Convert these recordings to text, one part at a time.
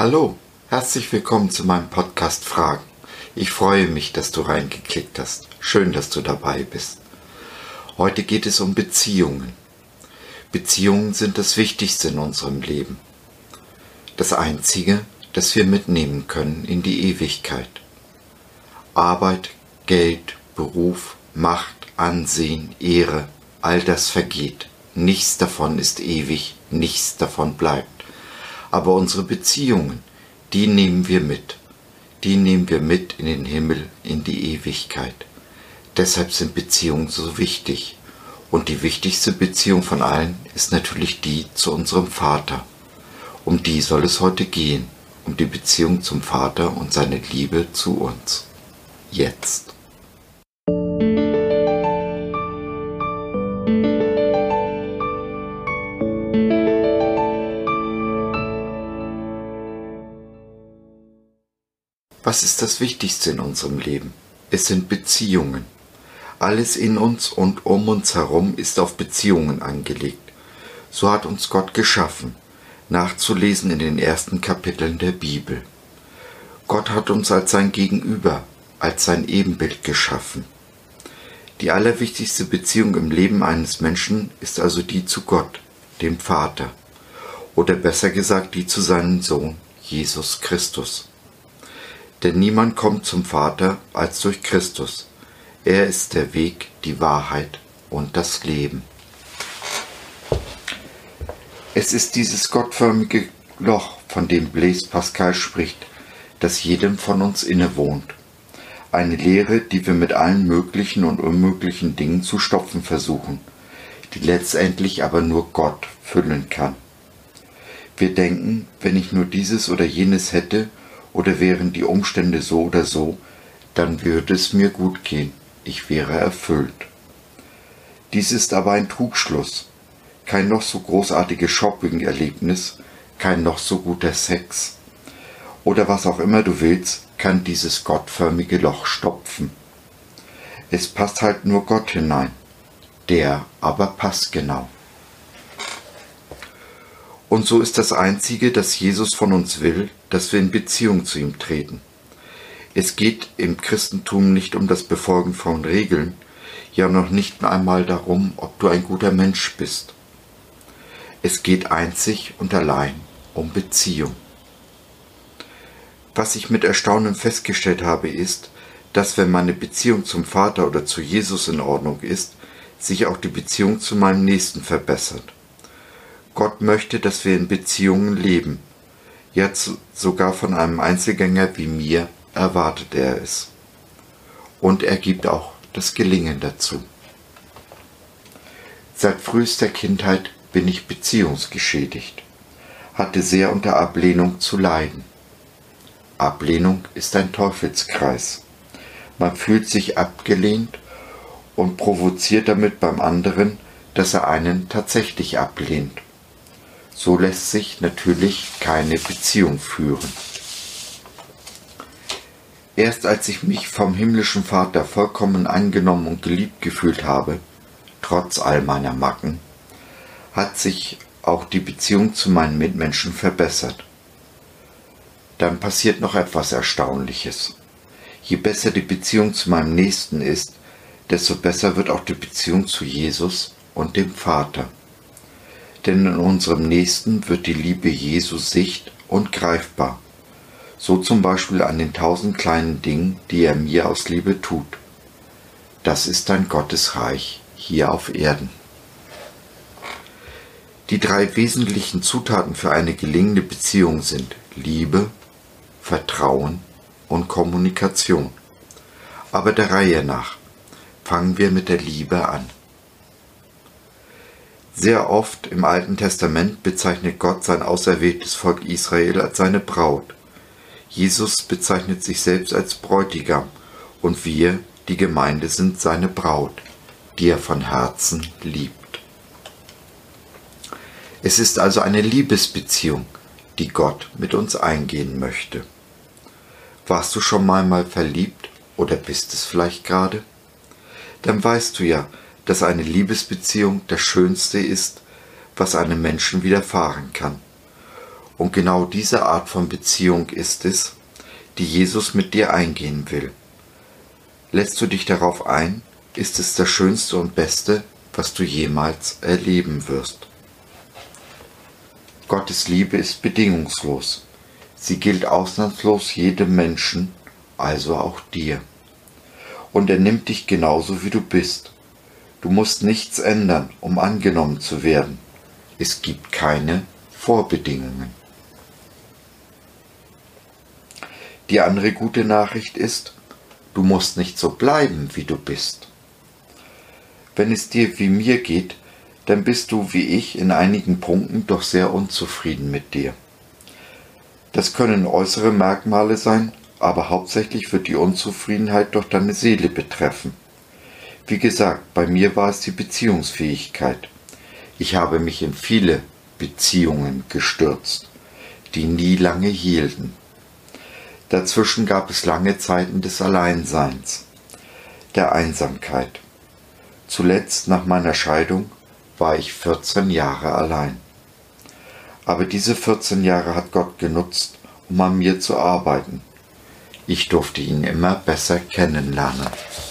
Hallo, herzlich willkommen zu meinem Podcast Fragen. Ich freue mich, dass du reingeklickt hast. Schön, dass du dabei bist. Heute geht es um Beziehungen. Beziehungen sind das Wichtigste in unserem Leben. Das Einzige, das wir mitnehmen können in die Ewigkeit. Arbeit, Geld, Beruf, Macht, Ansehen, Ehre, all das vergeht. Nichts davon ist ewig, nichts davon bleibt. Aber unsere Beziehungen, die nehmen wir mit. Die nehmen wir mit in den Himmel, in die Ewigkeit. Deshalb sind Beziehungen so wichtig. Und die wichtigste Beziehung von allen ist natürlich die zu unserem Vater. Um die soll es heute gehen, um die Beziehung zum Vater und seine Liebe zu uns. Jetzt. Was ist das Wichtigste in unserem Leben? Es sind Beziehungen. Alles in uns und um uns herum ist auf Beziehungen angelegt. So hat uns Gott geschaffen, nachzulesen in den ersten Kapiteln der Bibel. Gott hat uns als sein Gegenüber, als sein Ebenbild geschaffen. Die allerwichtigste Beziehung im Leben eines Menschen ist also die zu Gott, dem Vater, oder besser gesagt die zu seinem Sohn, Jesus Christus. Denn niemand kommt zum Vater als durch Christus. Er ist der Weg, die Wahrheit und das Leben. Es ist dieses gottförmige Loch, von dem Blaise Pascal spricht, das jedem von uns innewohnt. Eine Leere, die wir mit allen möglichen und unmöglichen Dingen zu stopfen versuchen, die letztendlich aber nur Gott füllen kann. Wir denken, wenn ich nur dieses oder jenes hätte, oder wären die Umstände so oder so, dann würde es mir gut gehen, ich wäre erfüllt. Dies ist aber ein Trugschluss. Kein noch so großartiges Shopping-Erlebnis, kein noch so guter Sex oder was auch immer du willst, kann dieses gottförmige Loch stopfen. Es passt halt nur Gott hinein, der aber passt genau. Und so ist das Einzige, das Jesus von uns will, dass wir in Beziehung zu ihm treten. Es geht im Christentum nicht um das Befolgen von Regeln, ja noch nicht einmal darum, ob du ein guter Mensch bist. Es geht einzig und allein um Beziehung. Was ich mit Erstaunen festgestellt habe, ist, dass wenn meine Beziehung zum Vater oder zu Jesus in Ordnung ist, sich auch die Beziehung zu meinem Nächsten verbessert. Gott möchte, dass wir in Beziehungen leben. Jetzt sogar von einem Einzelgänger wie mir erwartet er es. Und er gibt auch das Gelingen dazu. Seit frühester Kindheit bin ich beziehungsgeschädigt, hatte sehr unter Ablehnung zu leiden. Ablehnung ist ein Teufelskreis. Man fühlt sich abgelehnt und provoziert damit beim anderen, dass er einen tatsächlich ablehnt. So lässt sich natürlich keine Beziehung führen. Erst als ich mich vom himmlischen Vater vollkommen angenommen und geliebt gefühlt habe, trotz all meiner Macken, hat sich auch die Beziehung zu meinen Mitmenschen verbessert. Dann passiert noch etwas Erstaunliches. Je besser die Beziehung zu meinem Nächsten ist, desto besser wird auch die Beziehung zu Jesus und dem Vater. Denn in unserem Nächsten wird die Liebe Jesu sicht- und greifbar. So zum Beispiel an den 1000 kleinen Dingen, die er mir aus Liebe tut. Das ist dann Gottes Reich hier auf Erden. Die 3 wesentlichen Zutaten für eine gelingende Beziehung sind Liebe, Vertrauen und Kommunikation. Aber der Reihe nach. Fangen wir mit der Liebe an. Sehr oft im Alten Testament bezeichnet Gott sein auserwähltes Volk Israel als seine Braut. Jesus bezeichnet sich selbst als Bräutigam und wir, die Gemeinde, sind seine Braut, die er von Herzen liebt. Es ist also eine Liebesbeziehung, die Gott mit uns eingehen möchte. Warst du schon mal verliebt oder bist es vielleicht gerade? Dann weißt du ja, dass eine Liebesbeziehung das Schönste ist, was einem Menschen widerfahren kann. Und genau diese Art von Beziehung ist es, die Jesus mit dir eingehen will. Lässt du dich darauf ein, ist es das Schönste und Beste, was du jemals erleben wirst. Gottes Liebe ist bedingungslos. Sie gilt ausnahmslos jedem Menschen, also auch dir. Und er nimmt dich genauso, wie du bist. Du musst nichts ändern, um angenommen zu werden. Es gibt keine Vorbedingungen. Die andere gute Nachricht ist, du musst nicht so bleiben, wie du bist. Wenn es dir wie mir geht, dann bist du wie ich in einigen Punkten doch sehr unzufrieden mit dir. Das können äußere Merkmale sein, aber hauptsächlich wird die Unzufriedenheit doch deine Seele betreffen. Wie gesagt, bei mir war es die Beziehungsfähigkeit. Ich habe mich in viele Beziehungen gestürzt, die nie lange hielten. Dazwischen gab es lange Zeiten des Alleinseins, der Einsamkeit. Zuletzt nach meiner Scheidung war ich 14 Jahre allein. Aber diese 14 Jahre hat Gott genutzt, um an mir zu arbeiten. Ich durfte ihn immer besser kennenlernen.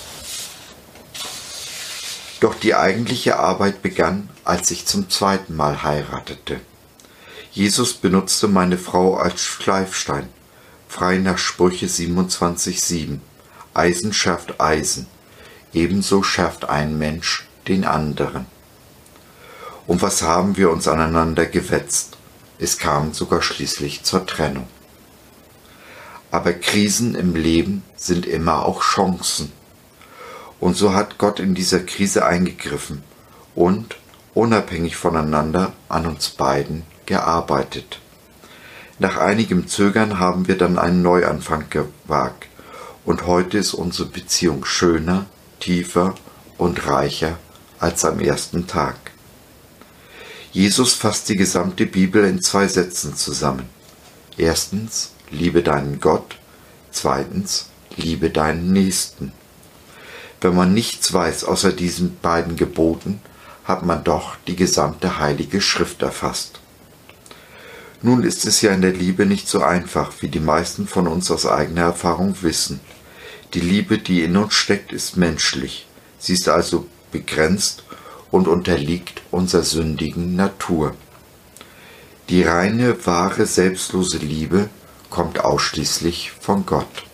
Doch die eigentliche Arbeit begann, als ich zum zweiten Mal heiratete. Jesus benutzte meine Frau als Schleifstein, frei nach Sprüche 27,7. Eisen schärft Eisen, ebenso schärft ein Mensch den anderen. Und was haben wir uns aneinander gewetzt? Es kam sogar schließlich zur Trennung. Aber Krisen im Leben sind immer auch Chancen. Und so hat Gott in dieser Krise eingegriffen und unabhängig voneinander an uns beiden gearbeitet. Nach einigem Zögern haben wir dann einen Neuanfang gewagt und heute ist unsere Beziehung schöner, tiefer und reicher als am ersten Tag. Jesus fasst die gesamte Bibel in 2 Sätzen zusammen. Erstens, liebe deinen Gott. Zweitens, liebe deinen Nächsten. Wenn man nichts weiß außer diesen beiden Geboten, hat man doch die gesamte Heilige Schrift erfasst. Nun ist es ja in der Liebe nicht so einfach, wie die meisten von uns aus eigener Erfahrung wissen. Die Liebe, die in uns steckt, ist menschlich. Sie ist also begrenzt und unterliegt unserer sündigen Natur. Die reine, wahre, selbstlose Liebe kommt ausschließlich von Gott.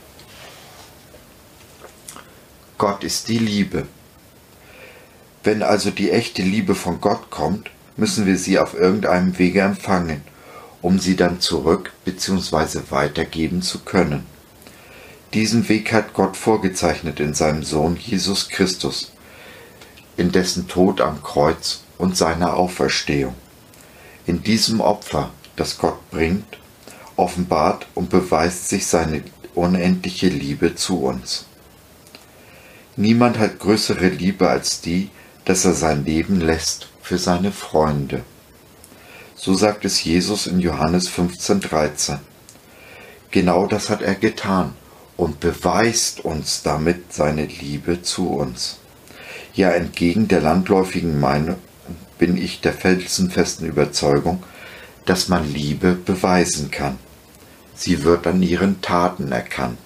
Gott ist die Liebe. Wenn also die echte Liebe von Gott kommt, müssen wir sie auf irgendeinem Wege empfangen, um sie dann zurück bzw. weitergeben zu können. Diesen Weg hat Gott vorgezeichnet in seinem Sohn Jesus Christus, in dessen Tod am Kreuz und seiner Auferstehung. In diesem Opfer, das Gott bringt, offenbart und beweist sich seine unendliche Liebe zu uns. Niemand hat größere Liebe als die, dass er sein Leben lässt für seine Freunde. So sagt es Jesus in Johannes 15,13. Genau das hat er getan und beweist uns damit seine Liebe zu uns. Ja, entgegen der landläufigen Meinung bin ich der felsenfesten Überzeugung, dass man Liebe beweisen kann. Sie wird an ihren Taten erkannt.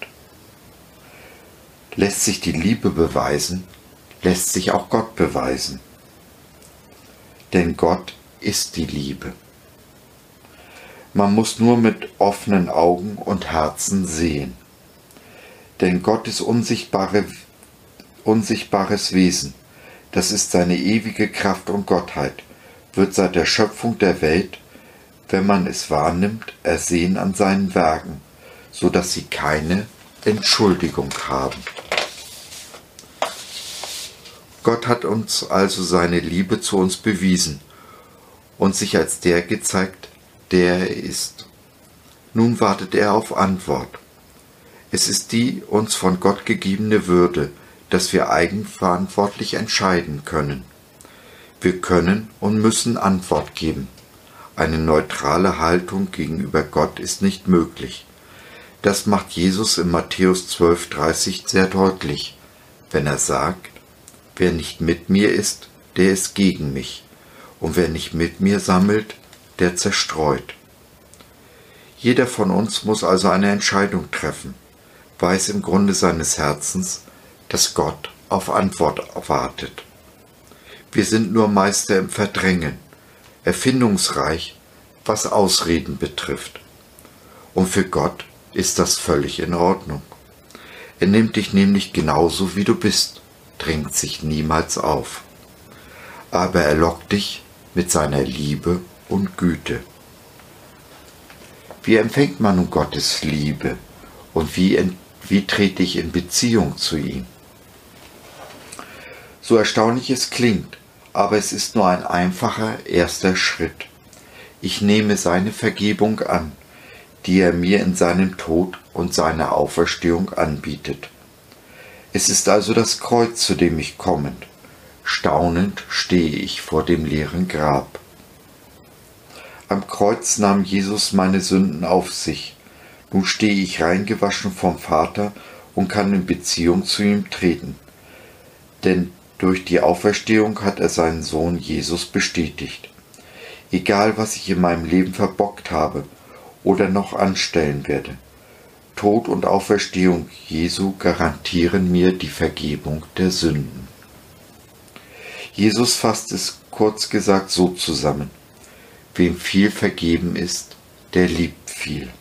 Lässt sich die Liebe beweisen, lässt sich auch Gott beweisen. Denn Gott ist die Liebe. Man muss nur mit offenen Augen und Herzen sehen. Denn Gott ist unsichtbares Wesen. Das ist seine ewige Kraft und Gottheit, wird seit der Schöpfung der Welt, wenn man es wahrnimmt, ersehen an seinen Werken, so dass sie keine Entschuldigung haben. Gott hat uns also seine Liebe zu uns bewiesen und sich als der gezeigt, der er ist. Nun wartet er auf Antwort. Es ist die uns von Gott gegebene Würde, dass wir eigenverantwortlich entscheiden können. Wir können und müssen Antwort geben. Eine neutrale Haltung gegenüber Gott ist nicht möglich. Das macht Jesus in Matthäus 12,30 sehr deutlich, wenn er sagt, wer nicht mit mir ist, der ist gegen mich, und wer nicht mit mir sammelt, der zerstreut. Jeder von uns muss also eine Entscheidung treffen, weiß im Grunde seines Herzens, dass Gott auf Antwort wartet. Wir sind nur Meister im Verdrängen, erfindungsreich, was Ausreden betrifft. Und für Gott ist das völlig in Ordnung. Er nimmt dich nämlich genauso, wie du bist, drängt sich niemals auf. Aber er lockt dich mit seiner Liebe und Güte. Wie empfängt man nun Gottes Liebe und wie trete ich in Beziehung zu ihm? So erstaunlich es klingt, aber es ist nur ein einfacher erster Schritt. Ich nehme seine Vergebung an, die er mir in seinem Tod und seiner Auferstehung anbietet. Es ist also das Kreuz, zu dem ich kommend, staunend stehe ich vor dem leeren Grab. Am Kreuz nahm Jesus meine Sünden auf sich. Nun stehe ich reingewaschen vom Vater und kann in Beziehung zu ihm treten. Denn durch die Auferstehung hat er seinen Sohn Jesus bestätigt. Egal, was ich in meinem Leben verbockt habe oder noch anstellen werde, Tod und Auferstehung Jesu garantieren mir die Vergebung der Sünden. Jesus fasst es kurz gesagt so zusammen: Wem viel vergeben ist, der liebt viel.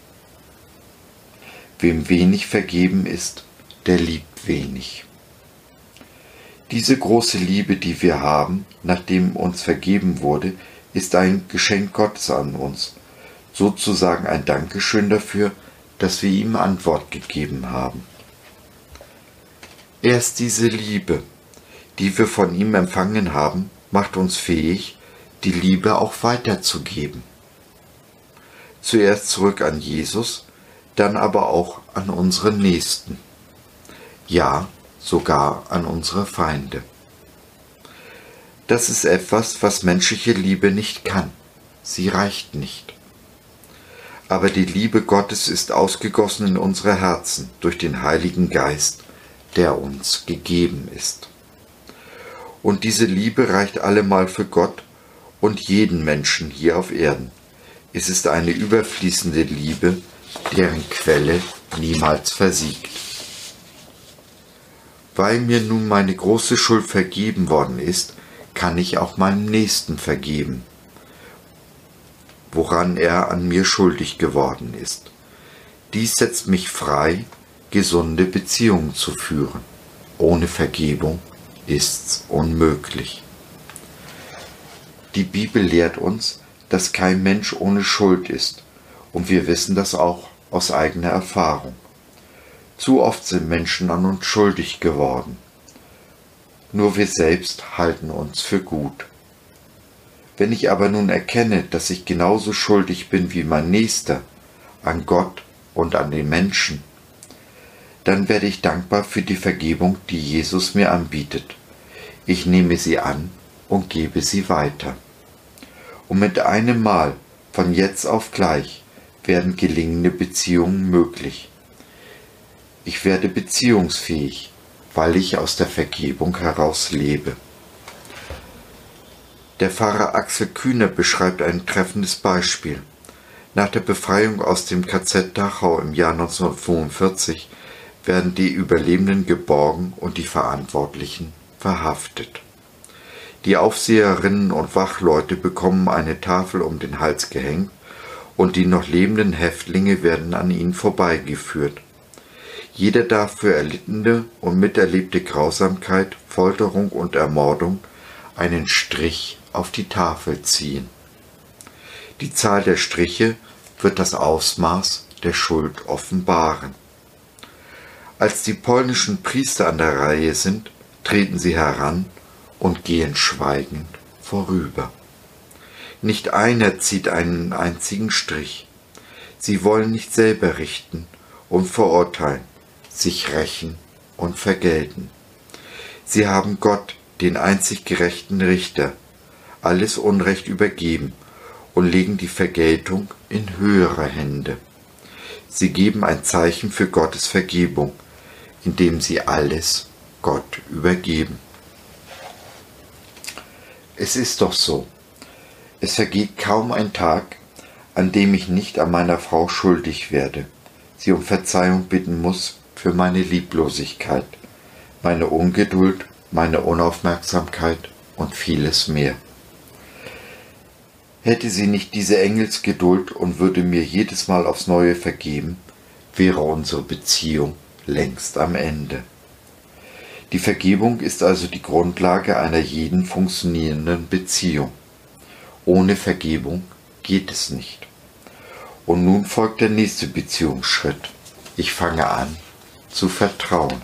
Wem wenig vergeben ist, der liebt wenig. Diese große Liebe, die wir haben, nachdem uns vergeben wurde, ist ein Geschenk Gottes an uns, sozusagen ein Dankeschön dafür, dass wir ihm Antwort gegeben haben. Erst diese Liebe, die wir von ihm empfangen haben, macht uns fähig, die Liebe auch weiterzugeben. Zuerst zurück an Jesus, dann aber auch an unsere Nächsten. Ja, sogar an unsere Feinde. Das ist etwas, was menschliche Liebe nicht kann. Sie reicht nicht. Aber die Liebe Gottes ist ausgegossen in unsere Herzen durch den Heiligen Geist, der uns gegeben ist. Und diese Liebe reicht allemal für Gott und jeden Menschen hier auf Erden. Es ist eine überfließende Liebe, deren Quelle niemals versiegt. Weil mir nun meine große Schuld vergeben worden ist, kann ich auch meinem Nächsten vergeben, woran er an mir schuldig geworden ist. Dies setzt mich frei, gesunde Beziehungen zu führen. Ohne Vergebung ist's unmöglich. Die Bibel lehrt uns, dass kein Mensch ohne Schuld ist, und wir wissen das auch aus eigener Erfahrung. Zu oft sind Menschen an uns schuldig geworden. Nur wir selbst halten uns für gut. Wenn ich aber nun erkenne, dass ich genauso schuldig bin wie mein Nächster, an Gott und an den Menschen, dann werde ich dankbar für die Vergebung, die Jesus mir anbietet. Ich nehme sie an und gebe sie weiter. Und mit einem Mal, von jetzt auf gleich, werden gelingende Beziehungen möglich. Ich werde beziehungsfähig, weil ich aus der Vergebung heraus lebe. Der Pfarrer Axel Kühner beschreibt ein treffendes Beispiel. Nach der Befreiung aus dem KZ Dachau im Jahr 1945 werden die Überlebenden geborgen und die Verantwortlichen verhaftet. Die Aufseherinnen und Wachleute bekommen eine Tafel um den Hals gehängt und die noch lebenden Häftlinge werden an ihnen vorbeigeführt. Jeder darf für erlittene und miterlebte Grausamkeit, Folterung und Ermordung einen Strich auf die Tafel ziehen. Die Zahl der Striche wird das Ausmaß der Schuld offenbaren. Als die polnischen Priester an der Reihe sind, treten sie heran und gehen schweigend vorüber. Nicht einer zieht einen einzigen Strich. Sie wollen nicht selber richten und verurteilen, sich rächen und vergelten. Sie haben Gott, den einzig gerechten Richter, alles Unrecht übergeben und legen die Vergeltung in höhere Hände. Sie geben ein Zeichen für Gottes Vergebung, indem sie alles Gott übergeben. Es ist doch so. Es vergeht kaum ein Tag, an dem ich nicht an meiner Frau schuldig werde, sie um Verzeihung bitten muss für meine Lieblosigkeit, meine Ungeduld, meine Unaufmerksamkeit und vieles mehr. Hätte sie nicht diese Engelsgeduld und würde mir jedes Mal aufs Neue vergeben, wäre unsere Beziehung längst am Ende. Die Vergebung ist also die Grundlage einer jeden funktionierenden Beziehung. Ohne Vergebung geht es nicht. Und nun folgt der nächste Beziehungsschritt. Ich fange an zu vertrauen.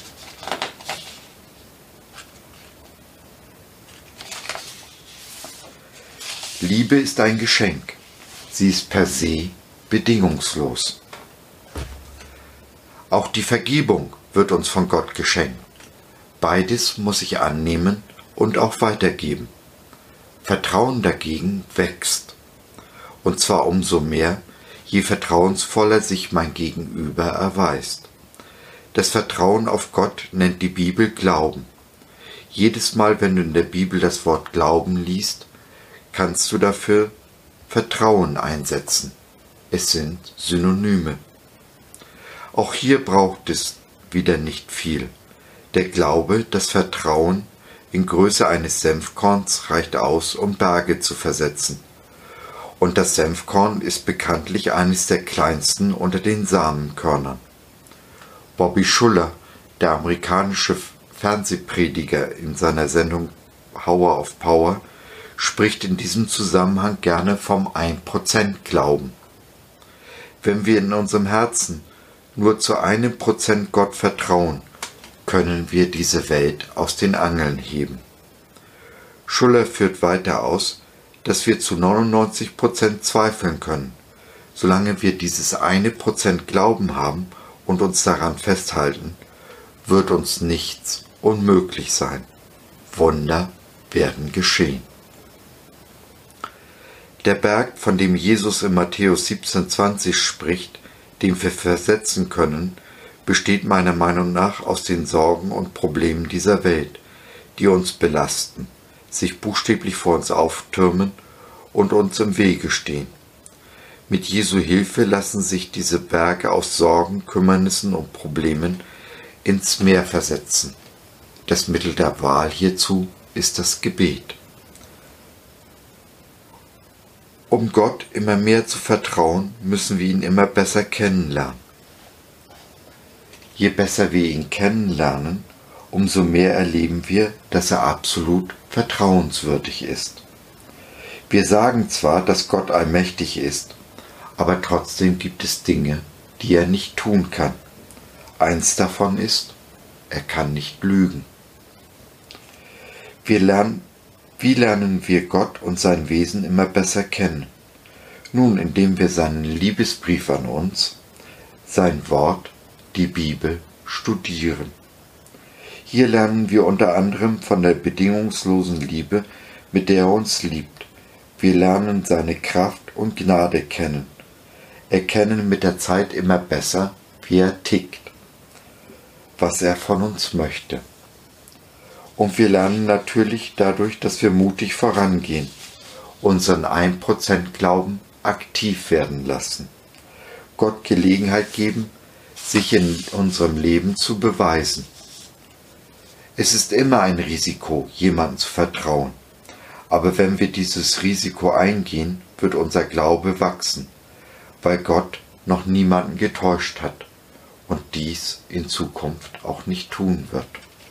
Liebe ist ein Geschenk. Sie ist per se bedingungslos. Auch die Vergebung wird uns von Gott geschenkt. Beides muss ich annehmen und auch weitergeben. Vertrauen dagegen wächst. Und zwar umso mehr, je vertrauensvoller sich mein Gegenüber erweist. Das Vertrauen auf Gott nennt die Bibel Glauben. Jedes Mal, wenn du in der Bibel das Wort Glauben liest, kannst du dafür Vertrauen einsetzen. Es sind Synonyme. Auch hier braucht es wieder nicht viel. Der Glaube, das Vertrauen in Größe eines Senfkorns reicht aus, um Berge zu versetzen. Und das Senfkorn ist bekanntlich eines der kleinsten unter den Samenkörnern. Bobby Schuller, der amerikanische Fernsehprediger, in seiner Sendung Hour of Power, spricht in diesem Zusammenhang gerne vom 1% Glauben. Wenn wir in unserem Herzen nur zu 1% Gott vertrauen, können wir diese Welt aus den Angeln heben. Schuller führt weiter aus, dass wir zu 99% zweifeln können. Solange wir dieses 1% Glauben haben und uns daran festhalten, wird uns nichts unmöglich sein. Wunder werden geschehen. Der Berg, von dem Jesus in Matthäus 17,20 spricht, den wir versetzen können, besteht meiner Meinung nach aus den Sorgen und Problemen dieser Welt, die uns belasten, sich buchstäblich vor uns auftürmen und uns im Wege stehen. Mit Jesu Hilfe lassen sich diese Berge aus Sorgen, Kümmernissen und Problemen ins Meer versetzen. Das Mittel der Wahl hierzu ist das Gebet. Um Gott immer mehr zu vertrauen, müssen wir ihn immer besser kennenlernen. Je besser wir ihn kennenlernen, umso mehr erleben wir, dass er absolut vertrauenswürdig ist. Wir sagen zwar, dass Gott allmächtig ist, aber trotzdem gibt es Dinge, die er nicht tun kann. Eins davon ist, er kann nicht lügen. Wie lernen wir Gott und sein Wesen immer besser kennen? Nun, indem wir seinen Liebesbrief an uns, sein Wort, die Bibel, studieren. Hier lernen wir unter anderem von der bedingungslosen Liebe, mit der er uns liebt. Wir lernen seine Kraft und Gnade kennen, erkennen mit der Zeit immer besser, wie er tickt, was er von uns möchte. Und wir lernen natürlich dadurch, dass wir mutig vorangehen, unseren 1% Glauben aktiv werden lassen, Gott Gelegenheit geben, sich in unserem Leben zu beweisen. Es ist immer ein Risiko, jemandem zu vertrauen, aber wenn wir dieses Risiko eingehen, wird unser Glaube wachsen, weil Gott noch niemanden getäuscht hat und dies in Zukunft auch nicht tun wird.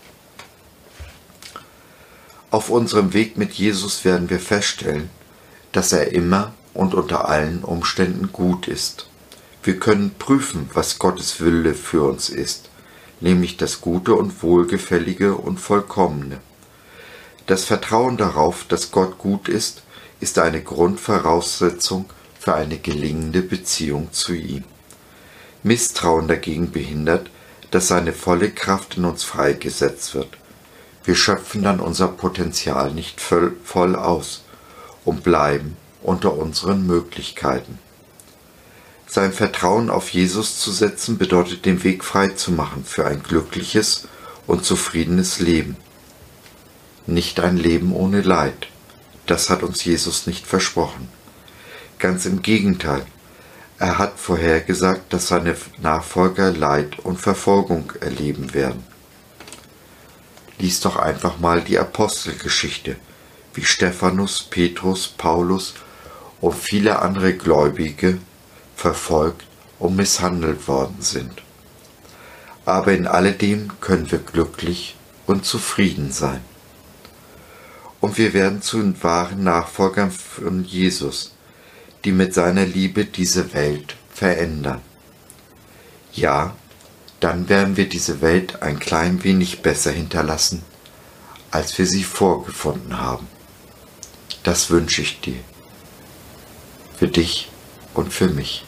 Auf unserem Weg mit Jesus werden wir feststellen, dass er immer und unter allen Umständen gut ist. Wir können prüfen, was Gottes Wille für uns ist, nämlich das Gute und Wohlgefällige und Vollkommene. Das Vertrauen darauf, dass Gott gut ist eine Grundvoraussetzung für eine gelingende Beziehung zu ihm. Misstrauen dagegen behindert, dass seine volle Kraft in uns freigesetzt wird. Wir schöpfen dann unser Potenzial nicht voll aus und bleiben unter unseren Möglichkeiten. Sein Vertrauen auf Jesus zu setzen bedeutet, den Weg frei zu machen für ein glückliches und zufriedenes Leben. Nicht ein Leben ohne Leid. Das hat uns Jesus nicht versprochen. Ganz im Gegenteil. Er hat vorhergesagt, dass seine Nachfolger Leid und Verfolgung erleben werden. Lies doch einfach mal die Apostelgeschichte, wie Stephanus, Petrus, Paulus und viele andere Gläubige verfolgt und misshandelt worden sind. Aber in alledem können wir glücklich und zufrieden sein. Und wir werden zu wahren Nachfolgern von Jesus, die mit seiner Liebe diese Welt verändern. Ja, dann werden wir diese Welt ein klein wenig besser hinterlassen, als wir sie vorgefunden haben. Das wünsche ich dir. Für dich und für mich.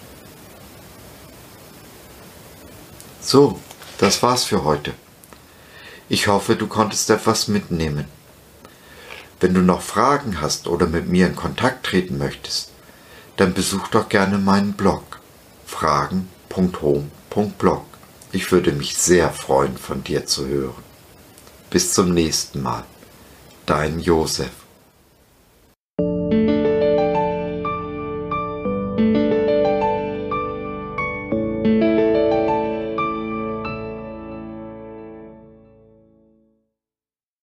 So, das war's für heute. Ich hoffe, du konntest etwas mitnehmen. Wenn du noch Fragen hast oder mit mir in Kontakt treten möchtest, dann besuch doch gerne meinen Blog fragen.home.blog. Ich würde mich sehr freuen, von dir zu hören. Bis zum nächsten Mal. Dein Josef.